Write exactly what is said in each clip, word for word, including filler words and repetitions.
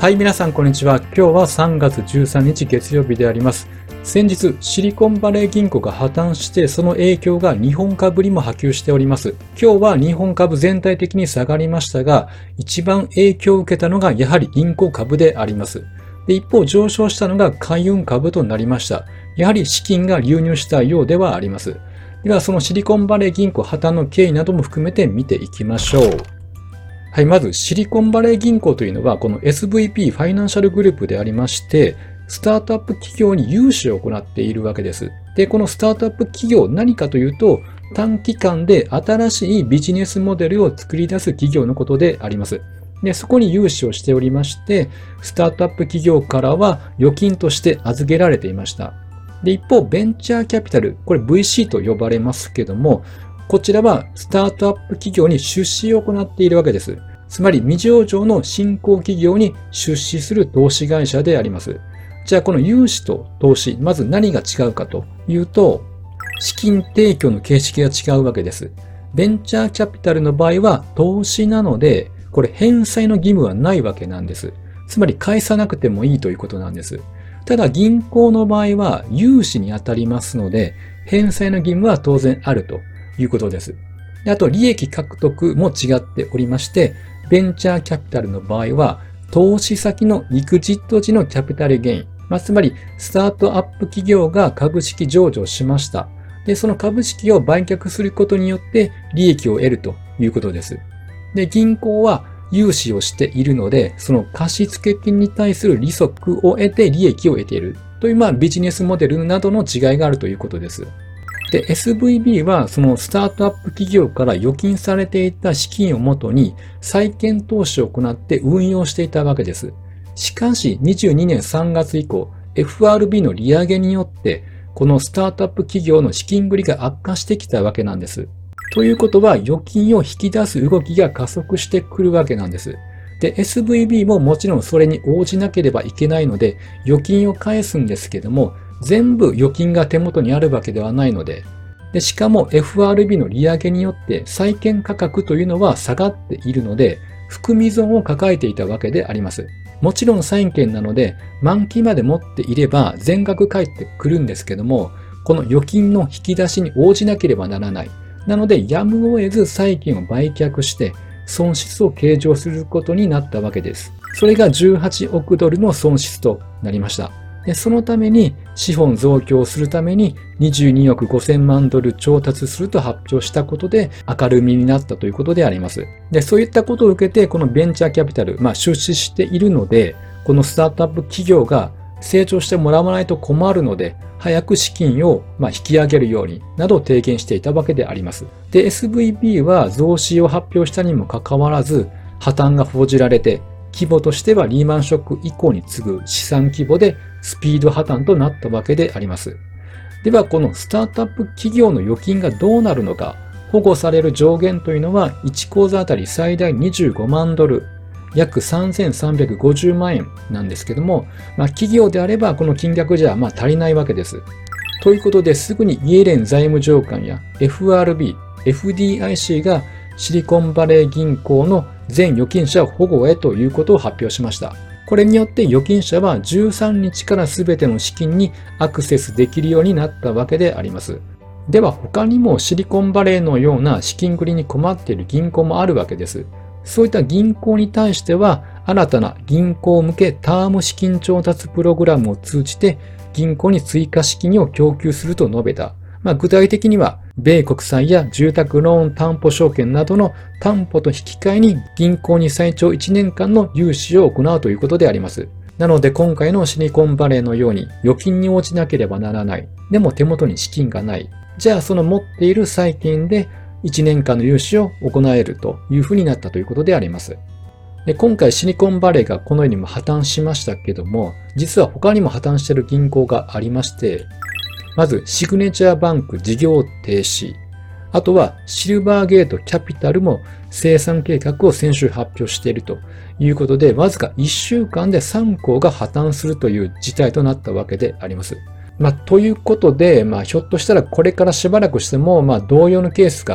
はい、皆さんこんにちは。今日はさんがつじゅうさんにち月曜日であります。先日、シリコンバレー銀行が破綻して、その影響が日本株にも波及しております。今日は日本株全体的に下がりましたが、一番影響を受けたのがやはり銀行株であります。で、一方上昇したのが海運株となりました。やはり資金が流入したようではあります。では、そのシリコンバレー銀行破綻の経緯なども含めて見ていきましょう。はい、まずシリコンバレー銀行というのはこの エスブイピー ファイナンシャルグループでありまして、スタートアップ企業に融資を行っているわけです。で、このスタートアップ企業何かというと、短期間で新しいビジネスモデルを作り出す企業のことであります。で、そこに融資をしておりまして、スタートアップ企業からは預金として預けられていました。で、一方、ベンチャーキャピタル、これ ブイシー と呼ばれますけども、こちらはスタートアップ企業に出資を行っているわけです。つまり未上場の新興企業に出資する投資会社であります。じゃあこの融資と投資、まず何が違うかというと、資金提供の形式が違うわけです。ベンチャーキャピタルの場合は投資なので、これ返済の義務はないわけなんです。つまり返さなくてもいいということなんです。ただ銀行の場合は融資に当たりますので、返済の義務は当然あるということです。であと利益獲得も違っておりまして、ベンチャーキャピタルの場合は、投資先のエグジット時のキャピタルゲイン、まあ、つまりスタートアップ企業が株式上場しました。で、その株式を売却することによって利益を得るということです。で、銀行は融資をしているので、その貸付金に対する利息を得て利益を得ているという、まあ、ビジネスモデルなどの違いがあるということです。で、エスブイビー はそのスタートアップ企業から預金されていた資金をもとに再建投資を行って運用していたわけです。しかしにじゅうにねんさんがつ以降、エフアールビー の利上げによってこのスタートアップ企業の資金繰りが悪化してきたわけなんです。ということは預金を引き出す動きが加速してくるわけなんです。で、エスブイビー ももちろんそれに応じなければいけないので預金を返すんですけども、全部預金が手元にあるわけではないので、で、しかも エフアールビー の利上げによって債券価格というのは下がっているので、含み損を抱えていたわけであります。もちろん債券なので、満期まで持っていれば全額返ってくるんですけども、この預金の引き出しに応じなければならない。なので、やむを得ず債券を売却して、損失を計上することになったわけです。それがじゅうはちおくドルの損失となりました。で、そのために資本増強するためににじゅうにおくごせんまんドル調達すると発表したことで明るみになったということであります。で、そういったことを受けてこのベンチャーキャピタル、まあ出資しているので、このスタートアップ企業が成長してもらわないと困るので、早く資金をまあ引き上げるようになどを提言していたわけであります。で、エスブイビー は増資を発表したにもかかわらず破綻が報じられて、規模としてはリーマンショック以降に次ぐ資産規模でスピード破綻となったわけであります。では、このスタートアップ企業の預金がどうなるのか、保護される上限というのはいち口座あたり最大にじゅうごまんドル、約さんぜんさんびゃくごじゅうまんえんなんですけども、まあ、企業であればこの金額じゃまあ足りないわけです。ということですぐにイエレン財務長官や エフアールビー、エフディーアイシー がシリコンバレー銀行の全預金者保護へということを発表しました。これによって預金者はじゅうさんにちから全ての資金にアクセスできるようになったわけであります。では他にもシリコンバレーのような資金繰りに困っている銀行もあるわけです。そういった銀行に対しては新たな銀行向けターム資金調達プログラムを通じて銀行に追加資金を供給すると述べた。まあ、具体的には、米国債や住宅ローン担保証券などの担保と引き換えに銀行に最長いちねんかんの融資を行うということであります。なので今回のシリコンバレーのように預金に応じなければならない。でも手元に資金がない。じゃあその持っている債券でいちねんかんの融資を行えるというふうになったということであります。で、今回シリコンバレーがこのようにも破綻しましたけども、実は他にも破綻している銀行がありまして、まず、シグネチャーバンク事業停止。あとは、シルバーゲートキャピタルも清算計画を先週発表しているということで、わずかいっしゅうかんでさんこうが破綻するという事態となったわけであります。まあ、ということで、まあ、ひょっとしたらこれからしばらくしても、まあ、同様のケースが出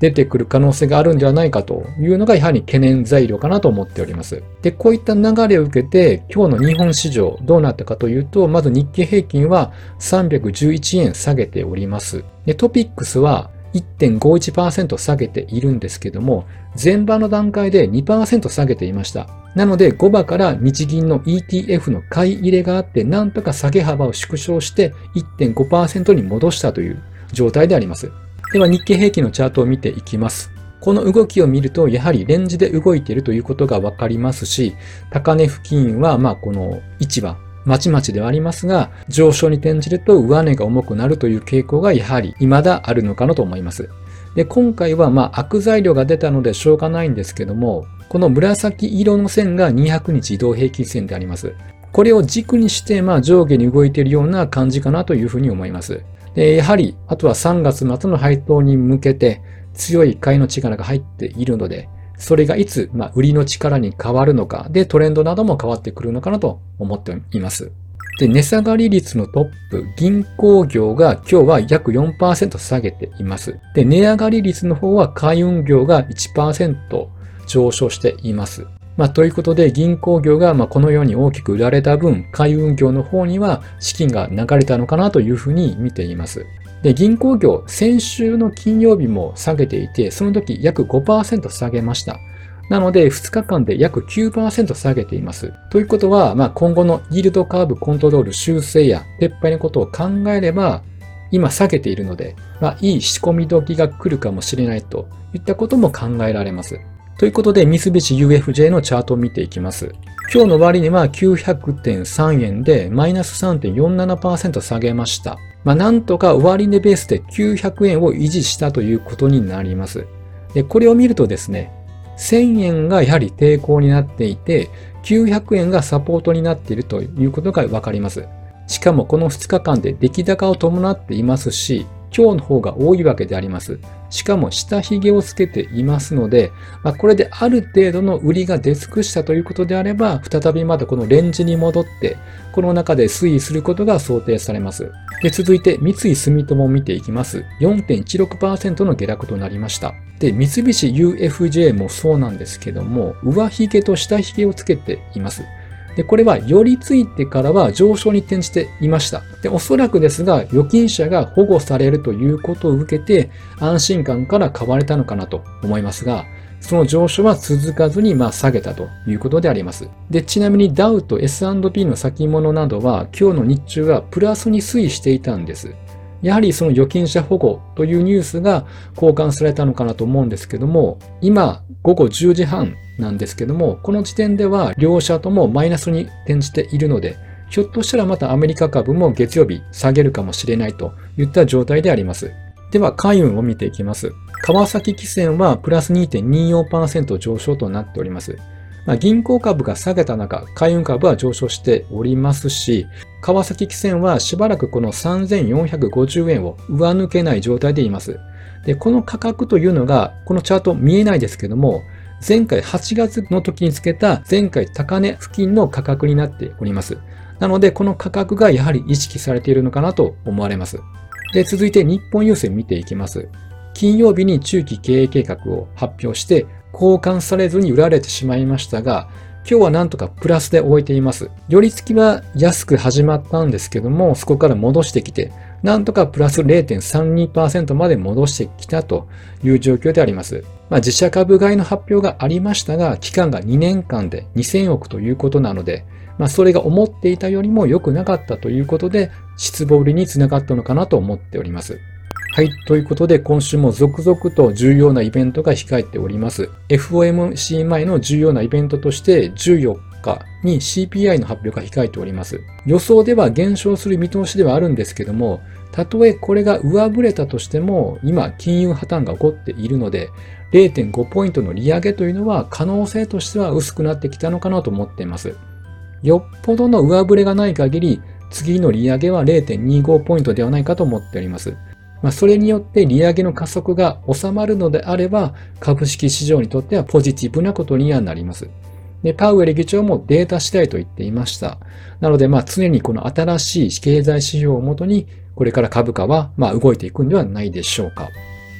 出てくる可能性があるんではないかというのがやはり懸念材料かなと思っております。で、こういった流れを受けて今日の日本市場どうなったかというと、まず日経平均はさんびゃくじゅういちえん下げております。で、トピックスはいってんごいちパーセント 下げているんですけども、前場の段階で にパーセント 下げていました。なのでごばから日銀の イーティーエフ の買い入れがあって、なんとか下げ幅を縮小して いってんごパーセント に戻したという状態であります。では日経平均のチャートを見ていきます。この動きを見ると、やはりレンジで動いているということがわかりますし、高値付近はまあこの位置はまちまちではありますが、上昇に転じると上値が重くなるという傾向がやはり未だあるのかなと思います。で、今回はまあ悪材料が出たのでしょうがないんですけども、この紫色の線がにひゃくにち移動平均線であります。これを軸にしてまあ上下に動いているような感じかなというふうに思います。で、やはり、あとはさんがつ末の配当に向けて強い買いの力が入っているので、それがいつ、まあ、売りの力に変わるのか、で、トレンドなども変わってくるのかなと思っています。で、値下がり率のトップ、銀行業が今日は約 よんパーセント 下げています。で、値上がり率の方は海運業が いちパーセント 上昇しています。まあ、ということで、銀行業がまあこのように大きく売られた分、海運業の方には資金が流れたのかなというふうに見ています。で、銀行業、先週の金曜日も下げていて、その時約 ごパーセント 下げました。なので、ふつかかんで約 きゅうパーセント 下げています。ということは、まあ、今後のイールドカーブコントロール修正や撤廃のことを考えれば、今下げているので、まあ、いい仕込み時が来るかもしれないといったことも考えられます。ということで、三菱 ユーエフジェー のチャートを見ていきます。今日の終値は きゅうひゃくてんさんえんで、マイナス さんてんよんななパーセント 下げました。まあ、なんとか終値ベースできゅうひゃくえんを維持したということになります。で、これを見るとですね、せんえんがやはり抵抗になっていて、きゅうひゃくえんがサポートになっているということがわかります。しかもこのふつかかんで出来高を伴っていますし、今日の方が多いわけであります。しかも下髭をつけていますので、まあ、これである程度の売りが出尽くしたということであれば、再びまたこのレンジに戻って、この中で推移することが想定されます。で、続いて三井住友を見ていきます。よんてんいちろくパーセント の下落となりました。で、三菱 ユーエフジェー もそうなんですけども、上髭と下髭をつけています。で、これは寄り付いてからは上昇に転じていました。で、おそらくですが、預金者が保護されるということを受けて、安心感から買われたのかなと思いますが、その上昇は続かずに、まあ、下げたということであります。で、ちなみにダウと エスアンドピー の先物などは、今日の日中はプラスに推移していたんです。やはりその預金者保護というニュースが交換されたのかなと思うんですけども、今ごごじゅうじはんなんですけども、この時点では両者ともマイナスに転じているので、ひょっとしたらまたアメリカ株も月曜日下げるかもしれないといった状態であります。では、海運を見ていきます。川崎汽船はプラス にてんにじゅうよんパーセント 上昇となっております。まあ、銀行株が下げた中、海運株は上昇しておりますし、川崎汽船はしばらくこのさんぜんよんひゃくごじゅうえんを上抜けない状態でいます。で、この価格というのが、このチャート見えないですけども、前回はちがつの時につけた前回高値付近の価格になっております。なので、この価格がやはり意識されているのかなと思われます。で、続いて日本郵船見ていきます。金曜日に中期経営計画を発表して、交換されずに売られてしまいましたが、今日はなんとかプラスで終えています。寄り付きは安く始まったんですけども、そこから戻してきて、なんとかプラス れいてんさんにパーセント まで戻してきたという状況であります。まあ、自社株買いの発表がありましたが、期間がにねんかんでにせんおくということなので、まあ、それが思っていたよりも良くなかったということで、失望売りにつながったのかなと思っております。はい。ということで、今週も続々と重要なイベントが控えております。エフオーエムシー 前の重要なイベントとして、じゅうよっかに シーピーアイ の発表が控えております。予想では減少する見通しではあるんですけども、たとえこれが上振れたとしても、今、金融破綻が起こっているので、れいてんごポイントの利上げというのは可能性としては薄くなってきたのかなと思っています。よっぽどの上振れがない限り、次の利上げは れいてんにごポイントではないかと思っております。まあ、それによって利上げの加速が収まるのであれば、株式市場にとってはポジティブなことにはなります。で、パウエル議長もデータ次第と言っていました。なので、まあ常にこの新しい経済指標をもとに、これから株価はまあ動いていくんではないでしょうか。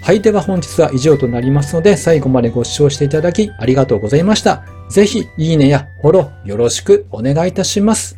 はい。では本日は以上となりますので、最後までご視聴していただきありがとうございました。ぜひ、いいねやフォローよろしくお願いいたします。